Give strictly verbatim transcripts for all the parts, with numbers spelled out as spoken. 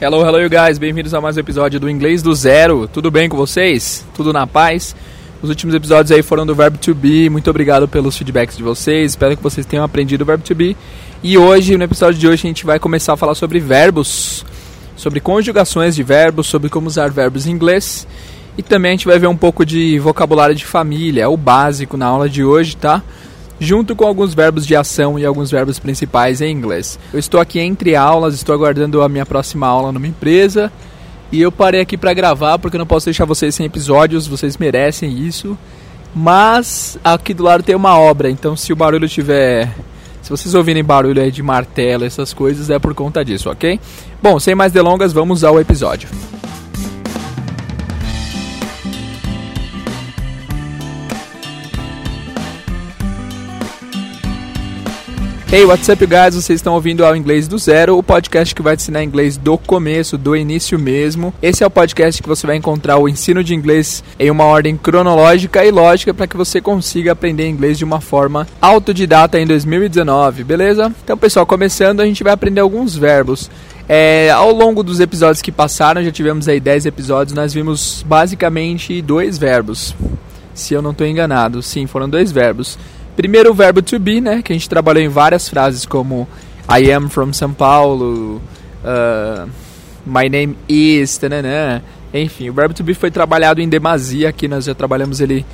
Hello, hello you guys, bem-vindos a mais um episódio do Inglês do Zero. Tudo bem com vocês? Tudo na paz? Os últimos episódios aí foram do verbo to be. Muito obrigado pelos feedbacks de vocês. Espero que vocês tenham aprendido o verbo to be. E hoje, no episódio de hoje, a gente vai começar a falar sobre verbos, sobre conjugações de verbos, sobre como usar verbos em inglês. E também a gente vai ver um pouco de vocabulário de família, o básico na aula de hoje, tá? Junto com alguns verbos de ação e alguns verbos principais em inglês. Eu estou aqui entre aulas, estou aguardando a minha próxima aula numa empresa. E eu parei aqui para gravar porque eu não posso deixar vocês sem episódios, vocês merecem isso. Mas aqui do lado tem uma obra, então se o barulho tiver... Se vocês ouvirem barulho aí de martelo, essas coisas, é por conta disso, ok? Bom, sem mais delongas, vamos ao episódio. Hey, what's up, guys? Vocês estão ouvindo ao Inglês do Zero, o podcast que vai te ensinar inglês do começo, do início mesmo. Esse é o podcast que você vai encontrar o ensino de inglês em uma ordem cronológica e lógica para que você consiga aprender inglês de uma forma autodidata em dois mil e dezenove, beleza? Então, pessoal, começando, a gente vai aprender alguns verbos. É, ao longo dos episódios que passaram, já tivemos aí dez episódios, nós vimos basicamente dois verbos. Se eu não estou enganado, sim, foram dois verbos. Primeiro o verbo to be, né, que a gente trabalhou em várias frases como I am from São Paulo, uh, my name is, tanana. Enfim, o verbo to be foi trabalhado em demasia, aqui nós já trabalhamos ele,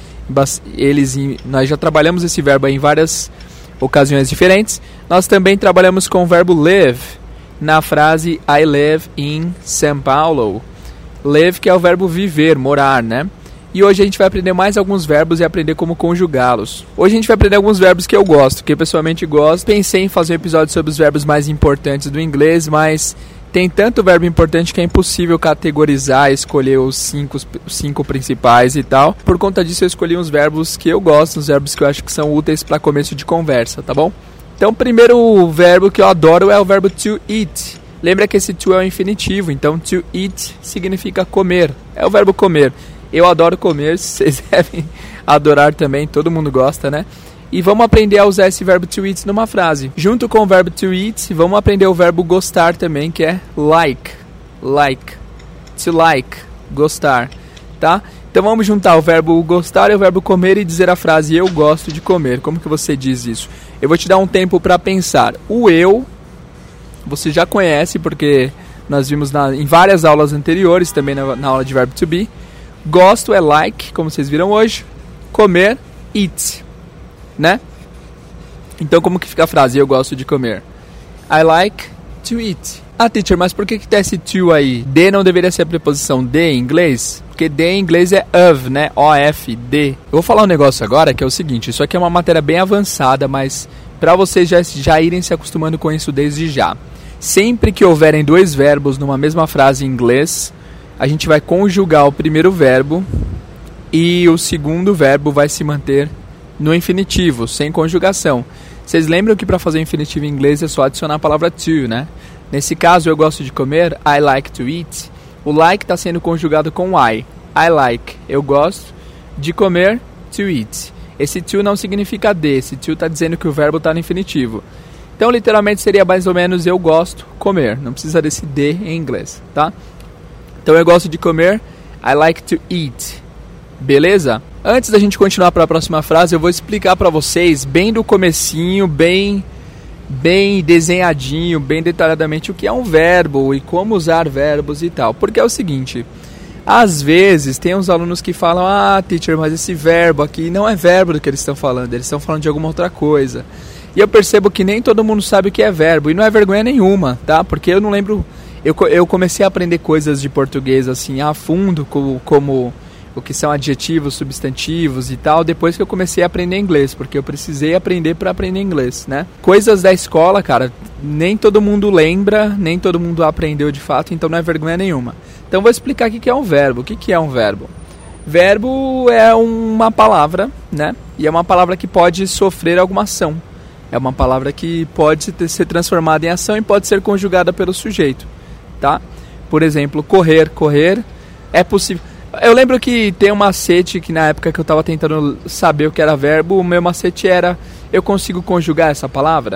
eles em, nós já trabalhamos esse verbo em várias ocasiões diferentes. Nós também trabalhamos com o verbo live na frase I live in São Paulo. Live, que é o verbo viver, morar, né? E hoje a gente vai aprender mais alguns verbos e aprender como conjugá-los. Hoje a gente vai aprender alguns verbos que eu gosto, que eu pessoalmente gosto. Pensei em fazer um episódio sobre os verbos mais importantes do inglês, mas tem tanto verbo importante que é impossível categorizar, escolher os cinco, os cinco principais e tal. Por conta disso eu escolhi uns verbos que eu gosto, uns verbos que eu acho que são úteis para começo de conversa, tá bom? Então o primeiro verbo que eu adoro é o verbo to eat. Lembra que esse to é o infinitivo, então to eat significa comer, é o verbo comer. Eu adoro comer, vocês devem adorar também, todo mundo gosta, né? E vamos aprender a usar esse verbo to eat numa frase. Junto com o verbo to eat, vamos aprender o verbo gostar também, que é like. Like. To like. Gostar. Tá? Então vamos juntar o verbo gostar e o verbo comer e dizer a frase eu gosto de comer. Como que você diz isso? Eu vou te dar um tempo para pensar. O eu, você já conhece, porque nós vimos na, em várias aulas anteriores, também na, na aula de verbo to be. Gosto é like, como vocês viram hoje. Comer, eat, né? Então como que fica a frase? Eu gosto de comer. I like to eat. Ah, teacher, mas por que que tá esse to aí? De não deveria ser a preposição de em inglês? Porque de em inglês é of, né? O F, de. Eu vou falar um negócio agora que é o seguinte. Isso aqui é uma matéria bem avançada, mas para vocês já, já irem se acostumando com isso desde já. Sempre que houverem dois verbos numa mesma frase em inglês, a gente vai conjugar o primeiro verbo e o segundo verbo vai se manter no infinitivo, sem conjugação. Vocês lembram que para fazer infinitivo em inglês é só adicionar a palavra to, né? Nesse caso, eu gosto de comer, I like to eat. O like está sendo conjugado com I. I like, eu gosto de comer, to eat. Esse to não significa de, esse to está dizendo que o verbo está no infinitivo. Então, literalmente, seria mais ou menos eu gosto comer. Não precisa desse de em inglês, tá? Então eu gosto de comer, I like to eat. Beleza? Antes da gente continuar para a próxima frase, eu vou explicar para vocês bem do comecinho, bem, bem desenhadinho, bem detalhadamente o que é um verbo e como usar verbos e tal. Porque é o seguinte, às vezes tem uns alunos que falam, ah, teacher, mas esse verbo aqui não é verbo do que eles estão falando, eles estão falando de alguma outra coisa. E eu percebo que nem todo mundo sabe o que é verbo, e não é vergonha nenhuma, tá? Porque eu não lembro... Eu, eu comecei a aprender coisas de português assim a fundo, como, como o que são adjetivos, substantivos e tal, depois que eu comecei a aprender inglês, porque eu precisei aprender para aprender inglês, né? Coisas da escola, cara, nem todo mundo lembra, nem todo mundo aprendeu de fato, então não é vergonha nenhuma. Então vou explicar o que é um verbo. O que é um verbo? Verbo é uma palavra, né? E é uma palavra que pode sofrer alguma ação. É uma palavra que pode ser transformada em ação e pode ser conjugada pelo sujeito. Tá? Por exemplo, correr, correr é possível. Eu lembro que tem um macete que na época que eu estava tentando saber o que era verbo, o meu macete era, eu consigo conjugar essa palavra?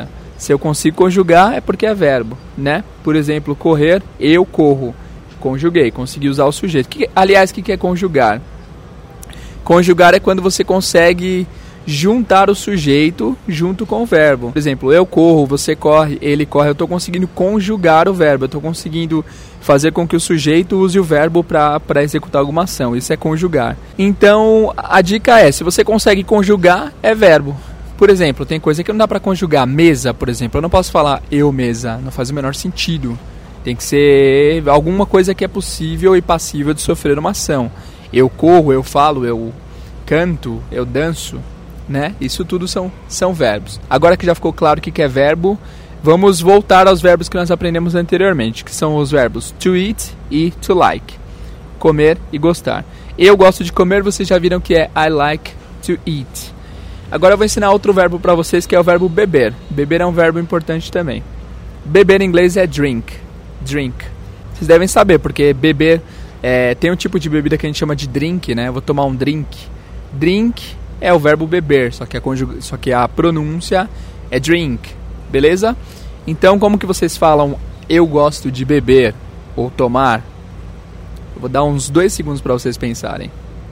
Se eu consigo conjugar, é porque é verbo, né? Por exemplo, correr, eu corro. Conjuguei, consegui usar o sujeito. Que, aliás, o que, que é conjugar? Conjugar é quando você consegue juntar o sujeito junto com o verbo. Por exemplo, eu corro, você corre, ele corre. Eu estou conseguindo conjugar o verbo. Eu estou conseguindo fazer com que o sujeito use o verbo para executar alguma ação. Isso é conjugar. Então, a dica é, se você consegue conjugar, é verbo. Por exemplo, tem coisa que não dá para conjugar. Mesa, por exemplo. Eu não posso falar eu mesa. Não faz o menor sentido. Tem que ser alguma coisa que é possível e passível de sofrer uma ação. Eu corro, eu falo, eu canto, eu danço, né? Isso tudo são, são verbos. Agora que já ficou claro o que é verbo, vamos voltar aos verbos que nós aprendemos anteriormente, que são os verbos to eat e to like. Comer e gostar. Eu gosto de comer, vocês já viram que é I like to eat. Agora eu vou ensinar outro verbo para vocês, que é o verbo beber. Beber é um verbo importante também. Beber em inglês é drink. Drink. Vocês devem saber, porque beber, é, tem um tipo de bebida que a gente chama de drink, né? Eu vou tomar um drink. Drink é o verbo beber, só que a, conjug... só que a pronúncia é drink, beleza? Então, como que vocês falam eu gosto de beber ou tomar? Eu vou dar uns dois segundos para vocês pensarem.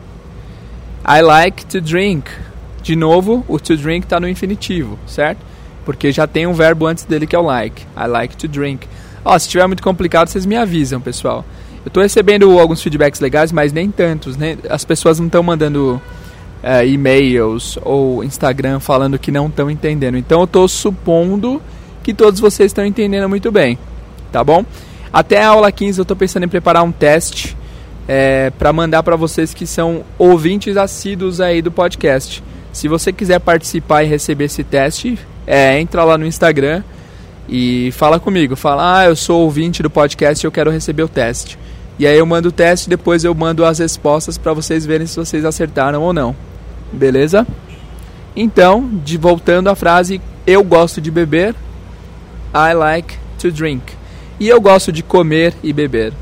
I like to drink. De novo, o to drink está no infinitivo, certo? Porque já tem um verbo antes dele que é o like. I like to drink. Ó, se estiver muito complicado, vocês me avisam, pessoal. Eu estou recebendo alguns feedbacks legais, mas nem tantos, né? As pessoas não estão mandando uh, e-mails ou Instagram falando que não estão entendendo. Então eu estou supondo que todos vocês estão entendendo muito bem, tá bom? Até a aula quinze eu estou pensando em preparar um teste é, para mandar para vocês que são ouvintes assíduos aí do podcast. Se você quiser participar e receber esse teste, é, entra lá no Instagram e fala comigo, fala, ah, eu sou ouvinte do podcast e eu quero receber o teste. E aí eu mando o teste, depois eu mando as respostas para vocês verem se vocês acertaram ou não. Beleza? Então, de, voltando à frase, eu gosto de beber, I like to drink. E eu gosto de comer e beber.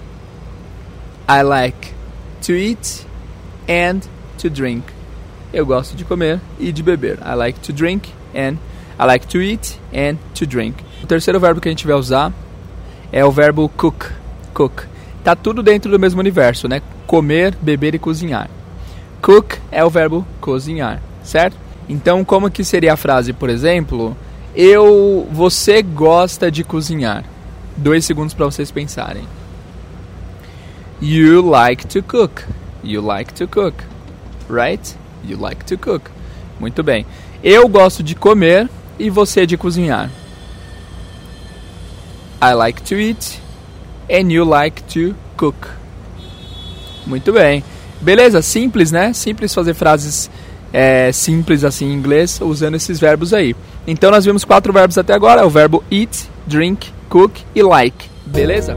I like to eat and to drink. Eu gosto de comer e de beber. I like to drink and I like to eat and to drink. O terceiro verbo que a gente vai usar é o verbo cook. Cook. Tá tudo dentro do mesmo universo, né? Comer, beber e cozinhar. Cook é o verbo cozinhar, certo? Então, como que seria a frase, por exemplo? Eu, você gosta de cozinhar. Dois segundos para vocês pensarem. You like to cook. You like to cook. Right? You like to cook. Muito bem. Eu gosto de comer e você de cozinhar. I like to eat and you like to cook. Muito bem. Beleza? Simples, né? Simples fazer frases é, simples assim em inglês usando esses verbos aí. Então nós vimos quatro verbos até agora. É o verbo eat, drink, cook e like. Beleza?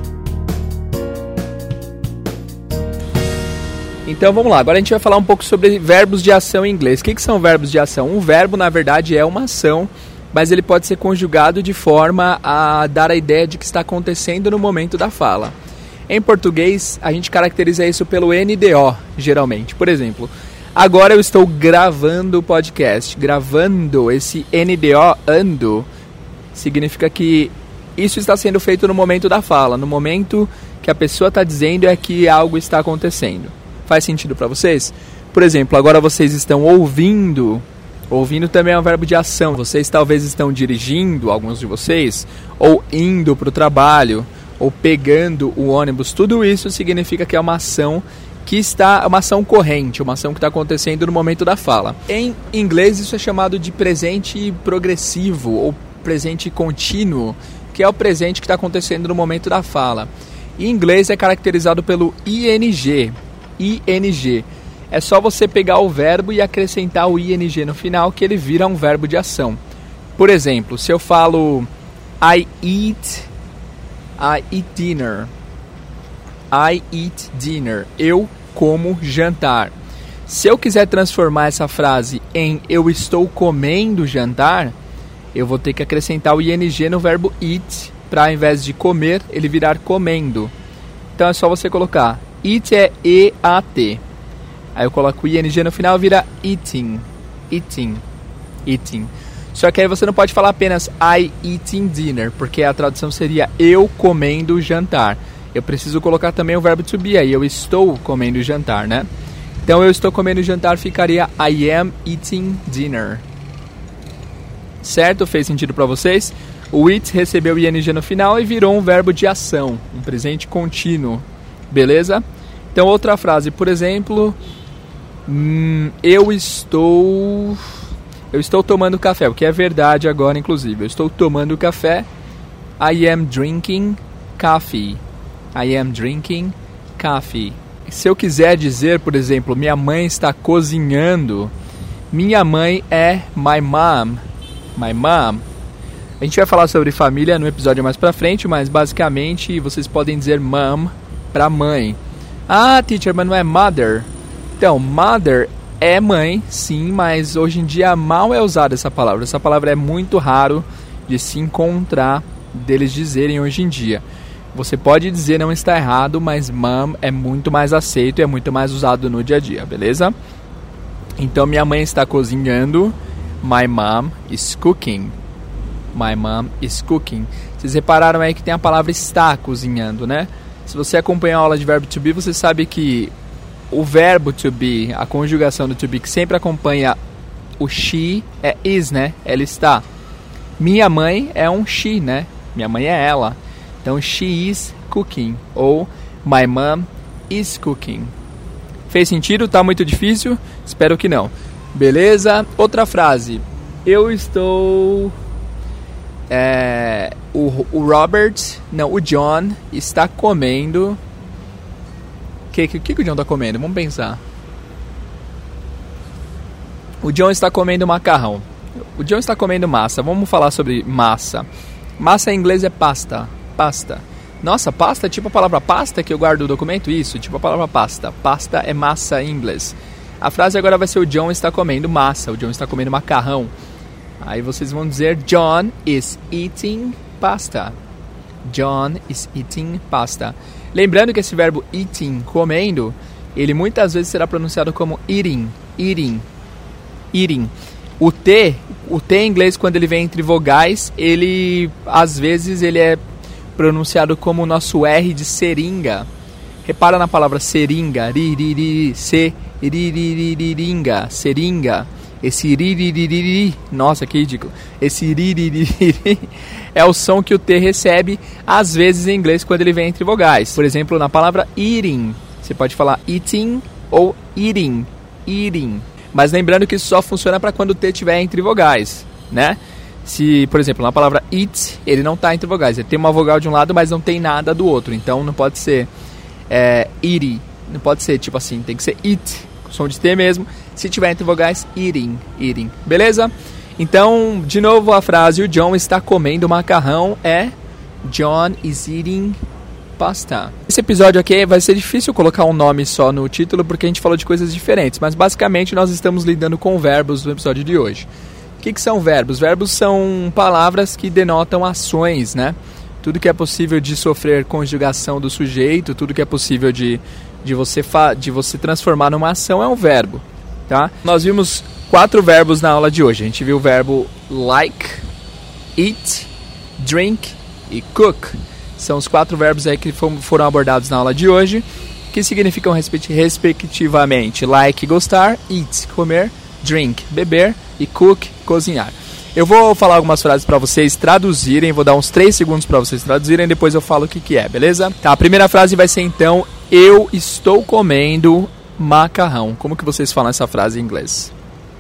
Então vamos lá, agora a gente vai falar um pouco sobre verbos de ação em inglês. O que, que são verbos de ação? Um verbo, na verdade, é uma ação, mas ele pode ser conjugado de forma a dar a ideia de que está acontecendo no momento da fala. Em português, a gente caracteriza isso pelo N D O, geralmente. Por exemplo, agora eu estou gravando o podcast. Gravando, esse N D O, ando, significa que isso está sendo feito no momento da fala. No momento que a pessoa está dizendo é que algo está acontecendo. Faz sentido para vocês? Por exemplo, agora vocês estão ouvindo. Ouvindo também é um verbo de ação. Vocês talvez estão dirigindo, alguns de vocês, ou indo para o trabalho, ou pegando o ônibus. Tudo isso significa que é uma ação que está, uma ação corrente, uma ação que está acontecendo no momento da fala. Em inglês isso é chamado de presente progressivo ou presente contínuo, que é o presente que está acontecendo no momento da fala. Em inglês é caracterizado pelo I N G. I N G. É só você pegar o verbo e acrescentar o I N G no final que ele vira um verbo de ação. Por exemplo, se eu falo I eat, I eat dinner. I eat dinner. Eu como jantar. Se eu quiser transformar essa frase em eu estou comendo jantar, eu vou ter que acrescentar o I N G no verbo eat para ao invés de comer, ele virar comendo. Então é só você colocar eat é E A T. Aí eu coloco o I N G no final, vira eating. Eating. Eating. Só que aí você não pode falar apenas I eating dinner, porque a tradução seria eu comendo jantar. Eu preciso colocar também o verbo to be aí, eu estou comendo jantar, né? Então eu estou comendo jantar ficaria I am eating dinner. Certo? Fez sentido para vocês? O it recebeu ing no final e virou um verbo de ação, um presente contínuo. Beleza? Então outra frase, por exemplo, hum, eu estou... Eu estou tomando café, o que é verdade agora, inclusive. Eu estou tomando café. I am drinking coffee. I am drinking coffee. Se eu quiser dizer, por exemplo, minha mãe está cozinhando, minha mãe é my mom. My mom. A gente vai falar sobre família no episódio mais pra frente, mas basicamente vocês podem dizer mom pra mãe. Ah, teacher, mas não é mother. Então, mother é mãe, sim, mas hoje em dia mal é usada essa palavra. Essa palavra é muito raro de se encontrar, deles dizerem hoje em dia. Você pode dizer não está errado, mas mom é muito mais aceito e é muito mais usado no dia a dia, beleza? Então minha mãe está cozinhando. My mom is cooking. My mom is cooking. Vocês repararam aí que tem a palavra está cozinhando, né? Se você acompanhar a aula de verbo to be, você sabe que o verbo to be, a conjugação do to be, que sempre acompanha o she, é is, né? Ela está. Minha mãe é um she, né? Minha mãe é ela. Então, she is cooking. Ou, my mom is cooking. Fez sentido? Tá muito difícil? Espero que não. Beleza? Outra frase. Eu estou... É, o, o Robert, não, o John está comendo... O que, que, que o John está comendo? Vamos pensar. O John está comendo macarrão. O John está comendo massa. Vamos falar sobre massa. Massa em inglês é pasta. Pasta. Nossa, pasta é tipo a palavra pasta que eu guardo o documento? Isso, tipo a palavra pasta. Pasta é massa em inglês. A frase agora vai ser o John está comendo massa. O John está comendo macarrão. Aí vocês vão dizer John is eating pasta. John is eating pasta. Lembrando que esse verbo eating, comendo, ele muitas vezes será pronunciado como eating. Eating. Eating. O T, o T em inglês, quando ele vem entre vogais, ele, às vezes, ele é pronunciado como o nosso R de seringa. Repara na palavra seringa. Ri, se, riririringa, seringa. Esse riririririri, nossa, que ridículo. Esse riririririri é o som que o T recebe, às vezes, em inglês, quando ele vem entre vogais. Por exemplo, na palavra eating, você pode falar eating ou eating. Eating. Mas lembrando que isso só funciona para quando o T estiver entre vogais, né? Se, por exemplo, na palavra eat, ele não está entre vogais. Ele tem uma vogal de um lado, mas não tem nada do outro. Então, não pode ser é, eating. Não pode ser tipo assim, tem que ser eat, som de T mesmo. Se tiver entre vogais, eating, eating. Beleza? Então, de novo a frase, o John está comendo macarrão é John is eating pasta. Esse episódio aqui vai ser difícil colocar um nome só no título porque a gente falou de coisas diferentes, mas basicamente nós estamos lidando com verbos no episódio de hoje. O que, que são verbos? Verbos são palavras que denotam ações, né? Tudo que é possível de sofrer conjugação do sujeito, tudo que é possível de, de, você, fa- de você transformar numa ação é um verbo, tá? Nós vimos quatro verbos na aula de hoje. A gente viu o verbo like, eat, drink e cook. São os quatro verbos aí que foram abordados na aula de hoje, que significam respectivamente like, gostar, eat, comer, drink, beber e cook, cozinhar. Eu vou falar algumas frases para vocês traduzirem, vou dar uns três segundos para vocês traduzirem, depois eu falo o que, que é, beleza? Tá, a primeira frase vai ser então, eu estou comendo macarrão. Como que vocês falam essa frase em inglês?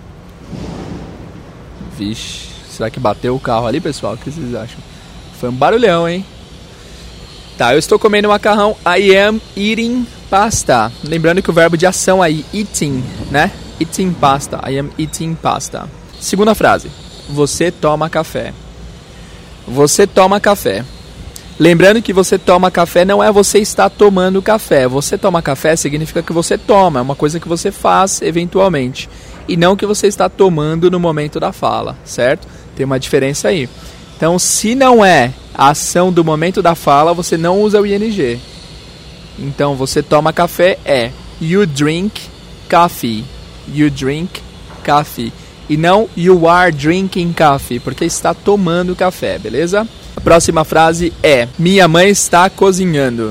Vixe, será que bateu o carro ali, pessoal? O que vocês acham? Foi um barulhão, hein? Tá, eu estou comendo macarrão. I am eating pasta. Lembrando que o verbo de ação aí, eating, né? Eating pasta. I am eating pasta. Segunda frase. Você toma café. Você toma café. Lembrando que você toma café não é você estar tomando café. Você toma café significa que você toma. É uma coisa que você faz eventualmente. E não que você está tomando no momento da fala, certo? Tem uma diferença aí. Então, se não é a ação do momento da fala, você não usa o ing. Então, você toma café é you drink coffee. You drink coffee. e não you are drinking coffee, porque está tomando café, beleza? A próxima frase é: minha mãe está cozinhando.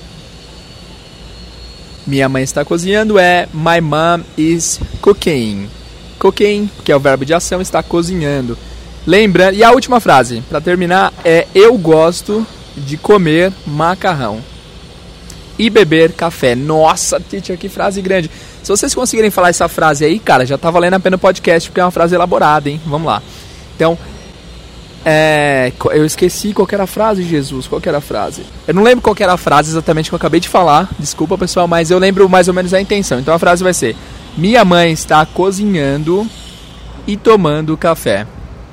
Minha mãe está cozinhando é my mom is cooking. Cooking, que é o verbo de ação, está cozinhando. Lembrando, e a última frase, para terminar, é eu gosto de comer macarrão e beber café. Nossa, teacher, que frase grande. Se vocês conseguirem falar essa frase aí, cara, já tá valendo a pena o podcast, porque é uma frase elaborada, hein? Vamos lá. Então, é, eu esqueci qual que era a frase, Jesus. Qual que era a frase? Eu não lembro qual que era a frase exatamente que eu acabei de falar. Desculpa, pessoal, mas eu lembro mais ou menos a intenção. Então a frase vai ser: minha mãe está cozinhando e tomando café.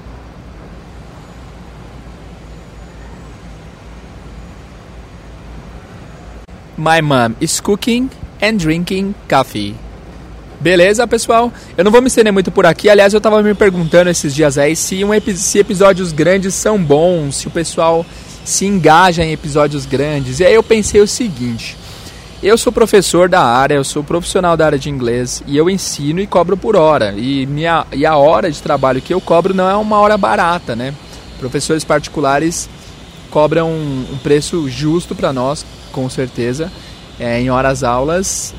My mom is cooking and drinking coffee. Beleza, pessoal? Eu não vou me estender muito por aqui. Aliás, eu tava me perguntando esses dias aí se, um, se episódios grandes são bons, se o pessoal se engaja em episódios grandes. E aí eu pensei o seguinte: eu sou professor da área, eu sou profissional da área de inglês e eu ensino e cobro por hora. E, minha, e a hora de trabalho que eu cobro não é uma hora barata, né? Professores particulares cobram um, um preço justo para nós, com certeza, é, em horas aulas.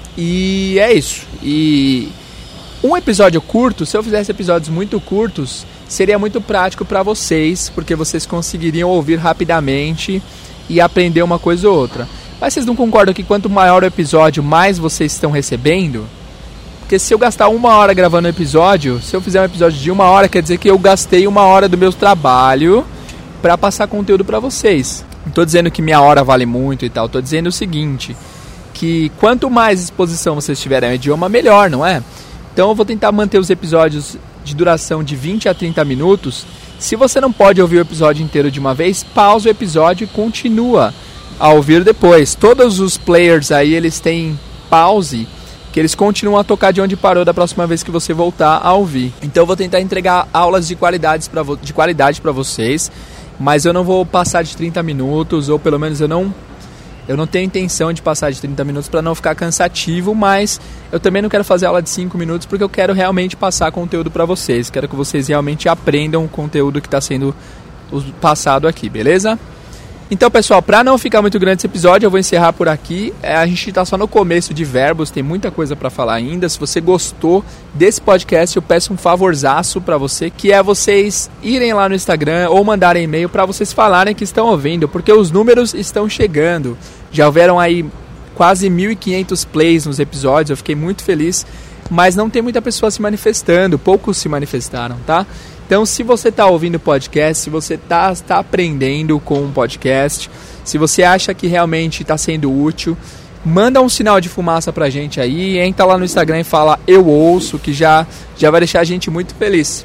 E é isso. E um episódio curto, se eu fizesse episódios muito curtos, seria muito prático para vocês, porque vocês conseguiriam ouvir rapidamente e aprender uma coisa ou outra. Mas vocês não concordam que quanto maior o episódio, mais vocês estão recebendo? Porque se eu gastar uma hora gravando um episódio, se eu fizer um episódio de uma hora, quer dizer que eu gastei uma hora do meu trabalho para passar conteúdo para vocês. Não tô dizendo que minha hora vale muito e tal, tô dizendo o seguinte, que quanto mais exposição vocês tiverem ao idioma, melhor, não é? Então eu vou tentar manter os episódios de duração de vinte a trinta minutos. Se você não pode ouvir o episódio inteiro de uma vez, pausa o episódio e continua a ouvir depois. Todos os players aí, eles têm pause, que eles continuam a tocar de onde parou da próxima vez que você voltar a ouvir. Então eu vou tentar entregar aulas de, qualidades pra vo- de qualidade para vocês, mas eu não vou passar de trinta minutos, ou pelo menos eu não, eu não tenho intenção de passar de trinta minutos para não ficar cansativo, mas eu também não quero fazer aula de cinco minutos porque eu quero realmente passar conteúdo para vocês, quero que vocês realmente aprendam o conteúdo que está sendo passado aqui, beleza? Então, pessoal, para não ficar muito grande esse episódio, eu vou encerrar por aqui. É, a gente está só no começo de verbos, tem muita coisa para falar ainda. Se você gostou desse podcast, eu peço um favorzaço para você, que é vocês irem lá no Instagram ou mandarem e-mail para vocês falarem que estão ouvindo, porque os números estão chegando. Já houveram aí quase mil e quinhentos plays nos episódios, eu fiquei muito feliz, mas não tem muita pessoa se manifestando, poucos se manifestaram, tá? Então, se você está ouvindo o podcast, se você está tá aprendendo com o podcast, se você acha que realmente está sendo útil, manda um sinal de fumaça pra gente aí, entra lá no Instagram e fala eu ouço, que já, já vai deixar a gente muito feliz.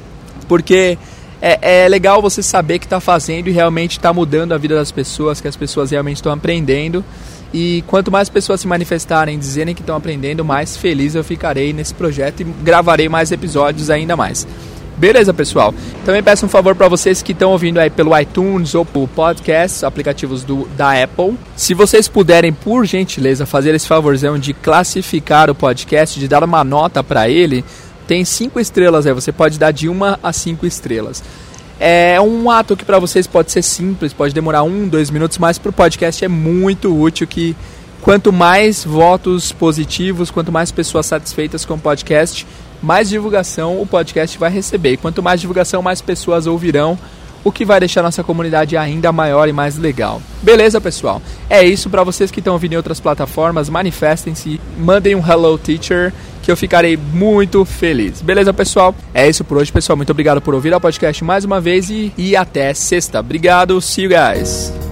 Porque é, é legal você saber que está fazendo e realmente está mudando a vida das pessoas, que as pessoas realmente estão aprendendo. E quanto mais pessoas se manifestarem, dizerem que estão aprendendo, mais feliz eu ficarei nesse projeto e gravarei mais episódios ainda mais. Beleza, pessoal? Também peço um favor para vocês que estão ouvindo aí pelo iTunes ou pelo podcast, aplicativos do, da Apple. Se vocês puderem, por gentileza, fazer esse favorzão de classificar o podcast, de dar uma nota para ele, tem cinco estrelas aí, você pode dar de uma a cinco estrelas. É um ato que para vocês pode ser simples, pode demorar um, dois minutos, mas para o podcast é muito útil, que quanto mais votos positivos, quanto mais pessoas satisfeitas com o podcast, mais divulgação o podcast vai receber. E quanto mais divulgação, mais pessoas ouvirão, o que vai deixar nossa comunidade ainda maior e mais legal. Beleza, pessoal? É isso. Para vocês que estão ouvindo em outras plataformas, manifestem-se, mandem um Hello Teacher, que eu ficarei muito feliz. Beleza, pessoal? É isso por hoje, pessoal. Muito obrigado por ouvir o podcast mais uma vez e, e até sexta. Obrigado. See you guys.